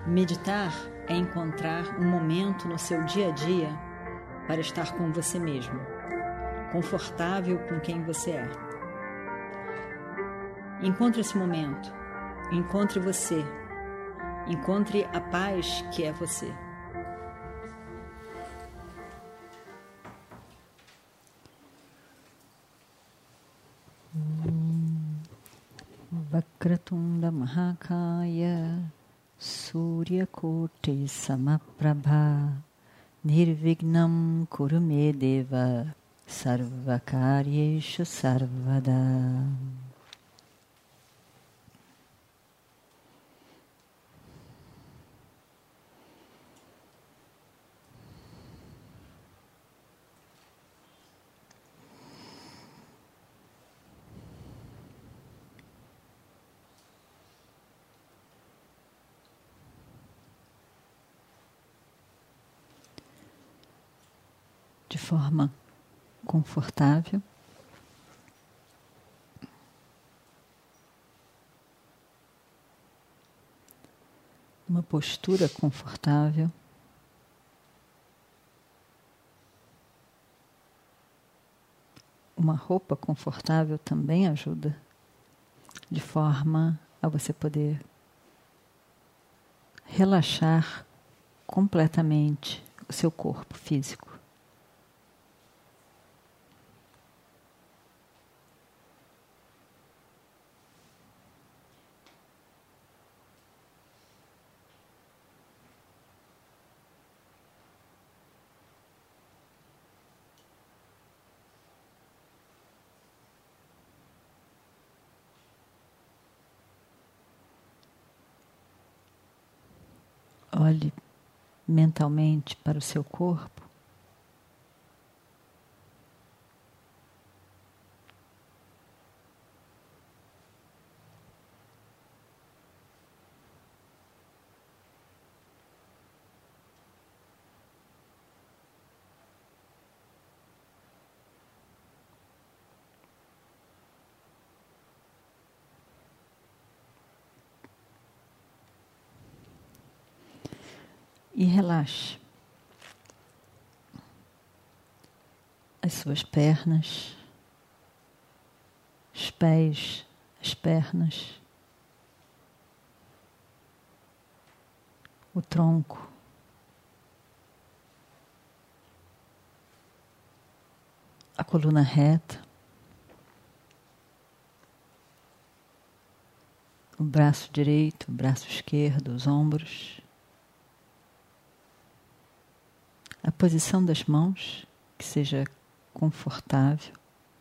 Meditar é encontrar um momento no seu dia a dia para estar com você mesmo, confortável com quem você é. Encontre esse momento, encontre você, encontre a paz que é você. Vakratunda Mahakaya Suryakoti Samaprabha Nirvignam Kurumedeva Sarvakaryeshu Sarvada. De forma confortável, uma postura confortável, uma roupa confortável também ajuda, de forma a você poder relaxar completamente o seu corpo físico. Olhe mentalmente para o seu corpo e relaxe as suas pernas, os pés, as pernas, o tronco, a coluna reta, o braço direito, o braço esquerdo, os ombros, a posição das mãos, que seja confortável.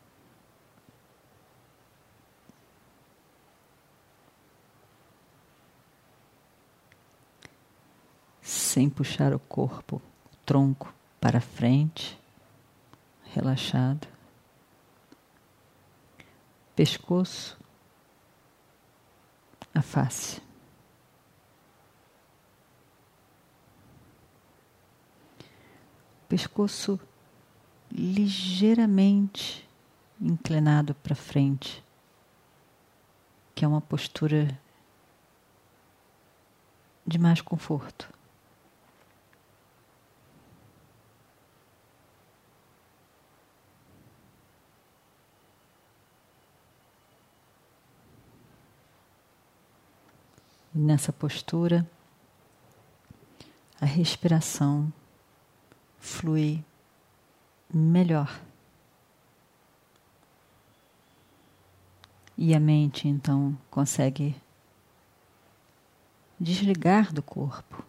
Sem puxar o corpo, o tronco para frente, relaxado. Pescoço, a face. Pescoço ligeiramente inclinado para frente, que é uma postura de mais conforto. E nessa postura, a respiração flui melhor. E a mente, então, consegue desligar do corpo.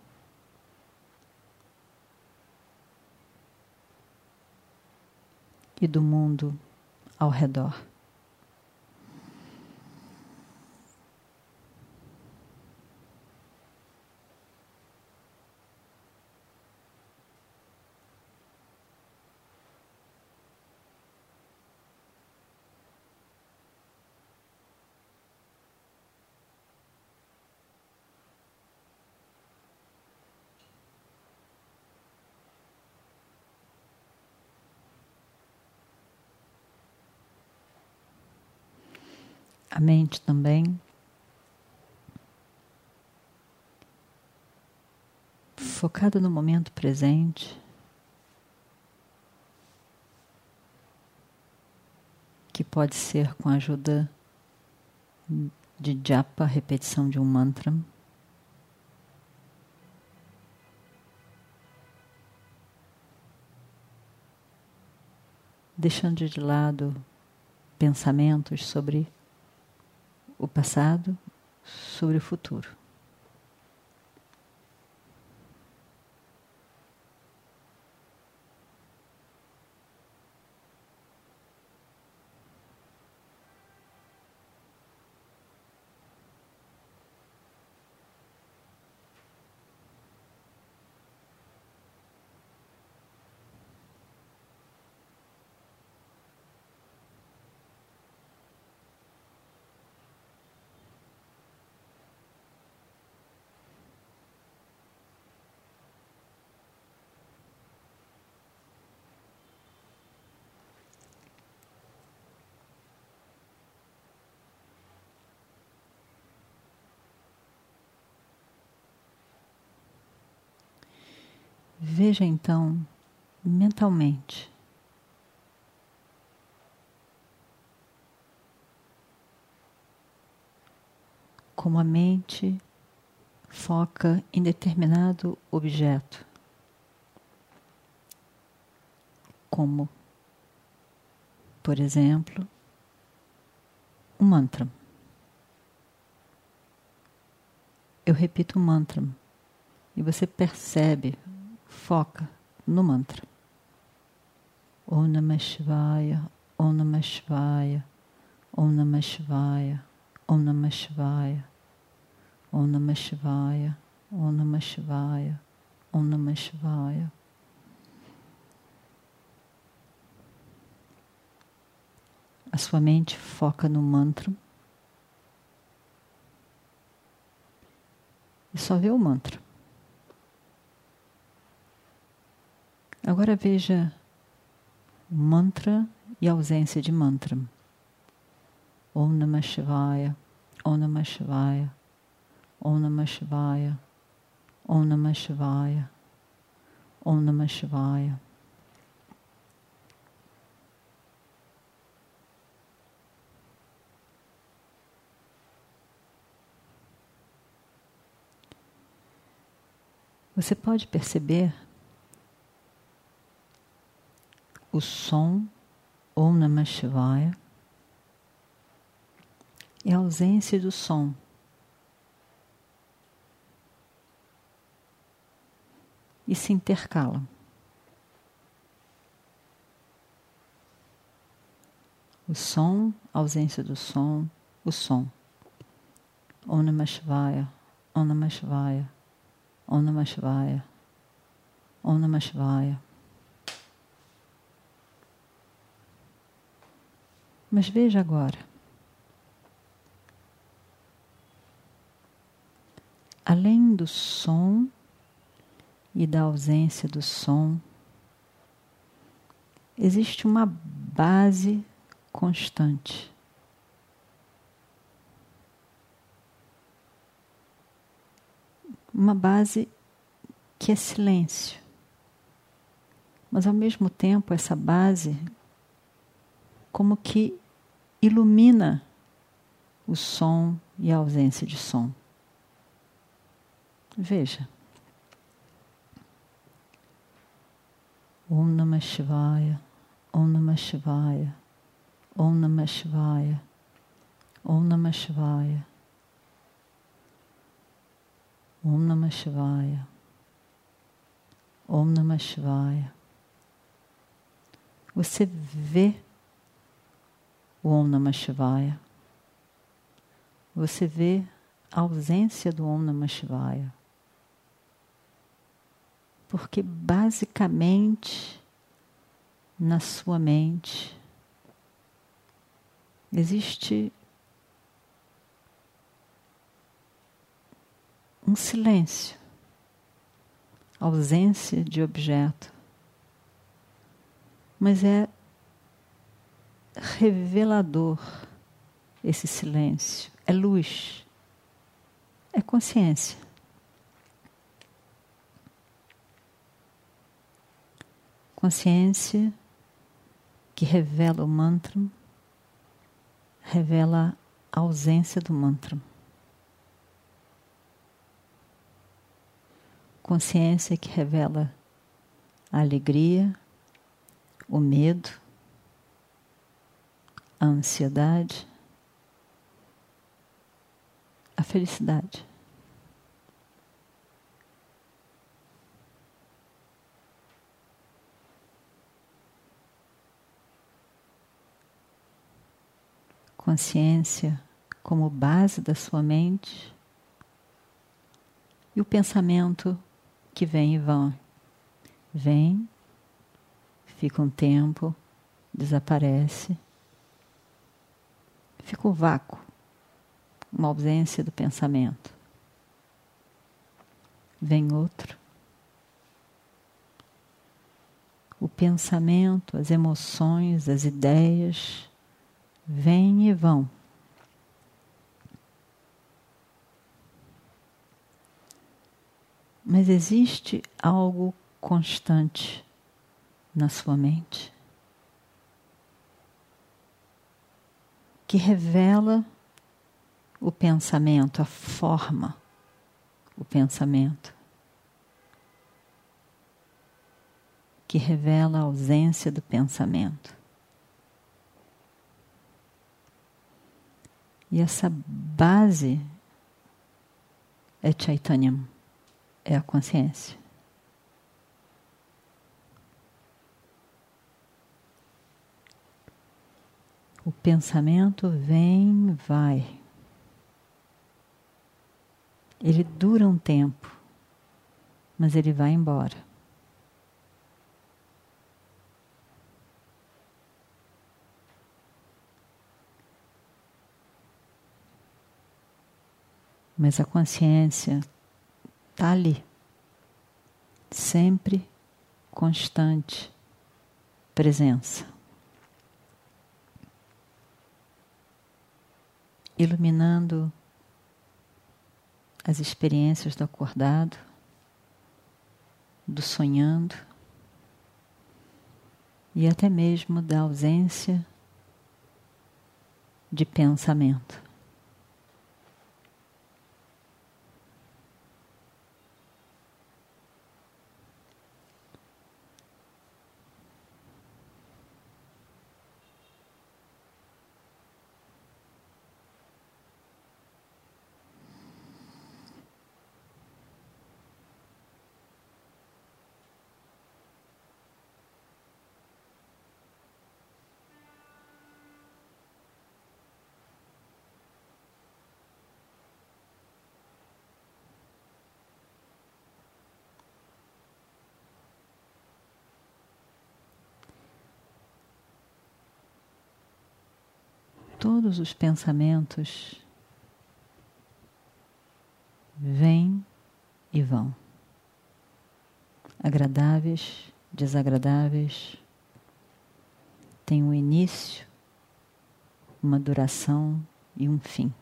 E do mundo ao redor. A mente também focada no momento presente, que pode ser com a ajuda de japa, repetição de um mantra. Deixando de lado pensamentos sobre o passado, sobre o futuro. Veja então, mentalmente, como a mente foca em determinado objeto, como, por exemplo, um mantra. Eu repito um mantra e você percebe, foca no mantra. Om Namah Shivaya, Om Namah Shivaya, Om Namah Shivaya, Om Namah Shivaya, Om Namah Shivaya, Om Namah Shivaya, Om Namah Shivaya. A sua mente foca no mantra e só vê o mantra. Agora veja o mantra e a ausência de mantra. Om Namah Shivaya, Om Namah Shivaya, Om Namah Shivaya, Om Namah Shivaya, Om Namah Shivaya. Você pode perceber o som Om Namah Shivaya e a ausência do som. E se intercalam. O som, a ausência do som, o som. Om Namah Shivaya, Om Namah Shivaya, Om Namah Shivaya, Om Namah Shivaya. Mas veja agora. Além do som e da ausência do som, existe uma base constante. Uma base que é silêncio. Mas ao mesmo tempo essa base como que ilumina o som e a ausência de som. Veja. Om Namah Shivaya, Om Namah Shivaya, Om Namah Shivaya, Om Namah Shivaya, Om Namah Shivaya, Om Namah Shivaya. Você vê o Om Namah Shivaya. Você vê a ausência do Om Namah Shivaya. Porque basicamente na sua mente existe um silêncio, ausência de objeto, mas é revelador esse silêncio, é luz, é consciência. consciência que revela o mantra, revela a ausência do mantra. Consciência que revela a alegria, o medo, a ansiedade, a felicidade. Consciência como base da sua mente e o pensamento que vem e vai. Vem, fica um tempo, desaparece, fica o vácuo, uma ausência do pensamento. Vem outro. O pensamento, as emoções, as ideias vêm e vão. Mas existe algo constante na sua mente que revela o pensamento, a forma, o pensamento, que revela a ausência do pensamento. E essa base é Chaitanyam, é a consciência. O pensamento vem, vai. Ele dura um tempo, mas ele vai embora. Mas a consciência está ali, sempre constante presença, iluminando as experiências do acordado, do sonhando e até mesmo da ausência de pensamento. Todos os pensamentos vêm e vão, agradáveis, desagradáveis, têm um início, uma duração e um fim.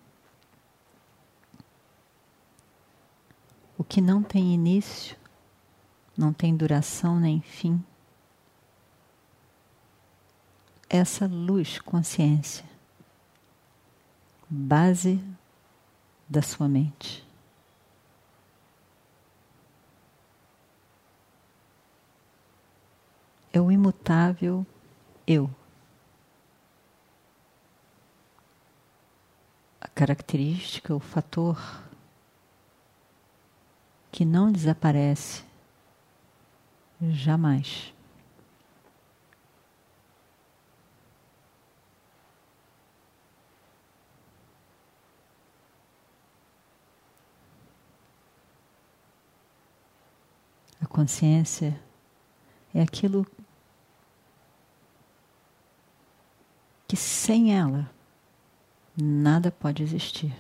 O que não tem início, não tem duração nem fim, essa luz, consciência, base da sua mente. É o imutável eu. A característica, o fator que não desaparece jamais. A consciência é aquilo que sem ela nada pode existir.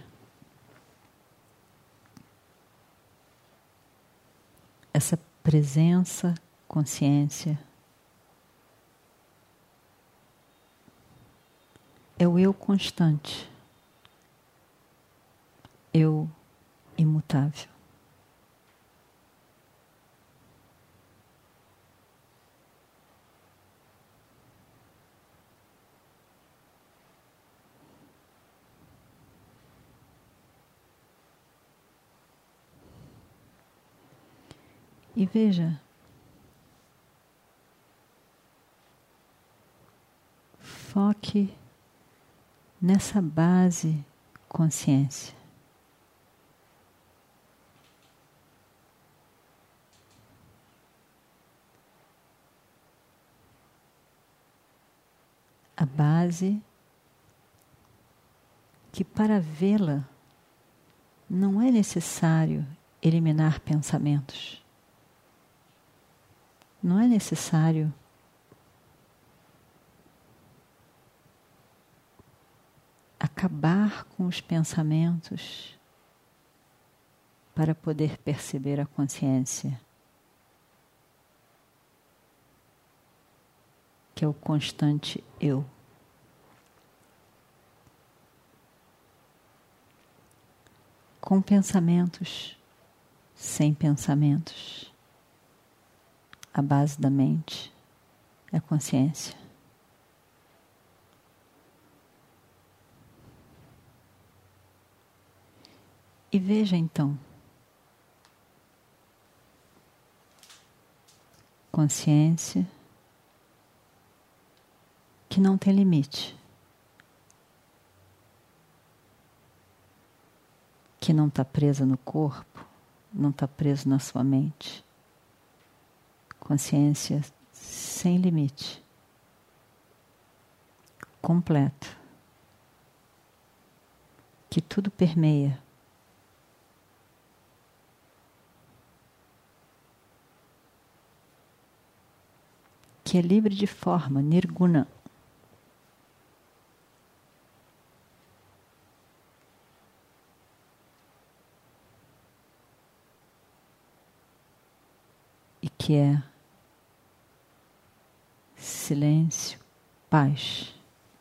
Essa presença, consciência, é o eu constante, eu imutável. E veja, foque nessa base consciência. A base que para vê-la não é necessário eliminar pensamentos. Não é necessário acabar com os pensamentos para poder perceber a consciência, que é o constante eu. Com pensamentos, sem pensamentos, a base da mente é a consciência. E veja então, consciência que não tem limite, que não está presa no corpo, não está preso na sua mente. Consciência sem limite, completa, que tudo permeia. Que é livre de forma, nirguna. E que é silêncio, paz,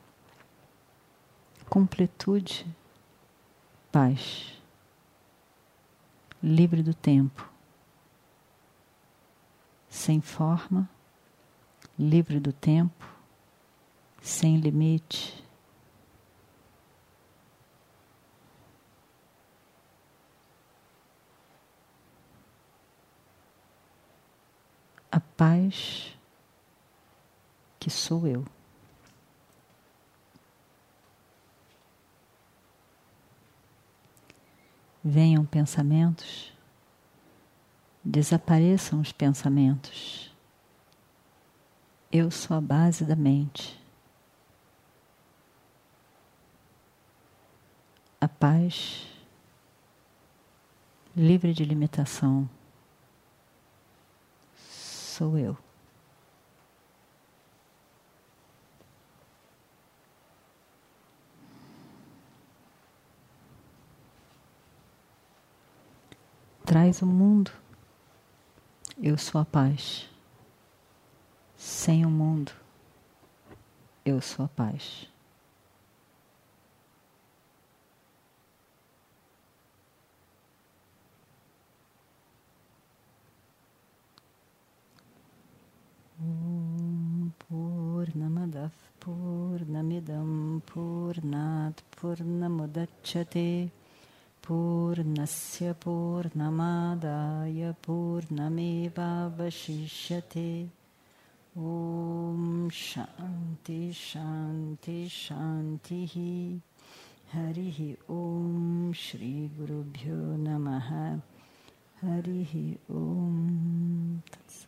completude, paz, livre do tempo, sem forma, livre do tempo, sem limite. A paz que sou eu. Venham pensamentos, desapareçam os pensamentos. Eu sou a base da mente. A paz, livre de limitação, sou eu. Traz o mundo. Eu sou a paz. Sem o mundo, eu sou a paz. Purnamadav Purnamidam Purnat Purnamudachyate Purnasya Purnamadaya Purnameva Vashishyate. Om Shanti Shanti Shanti. Harihi Om Shri Gurubhyo Namaha. Harihi Om.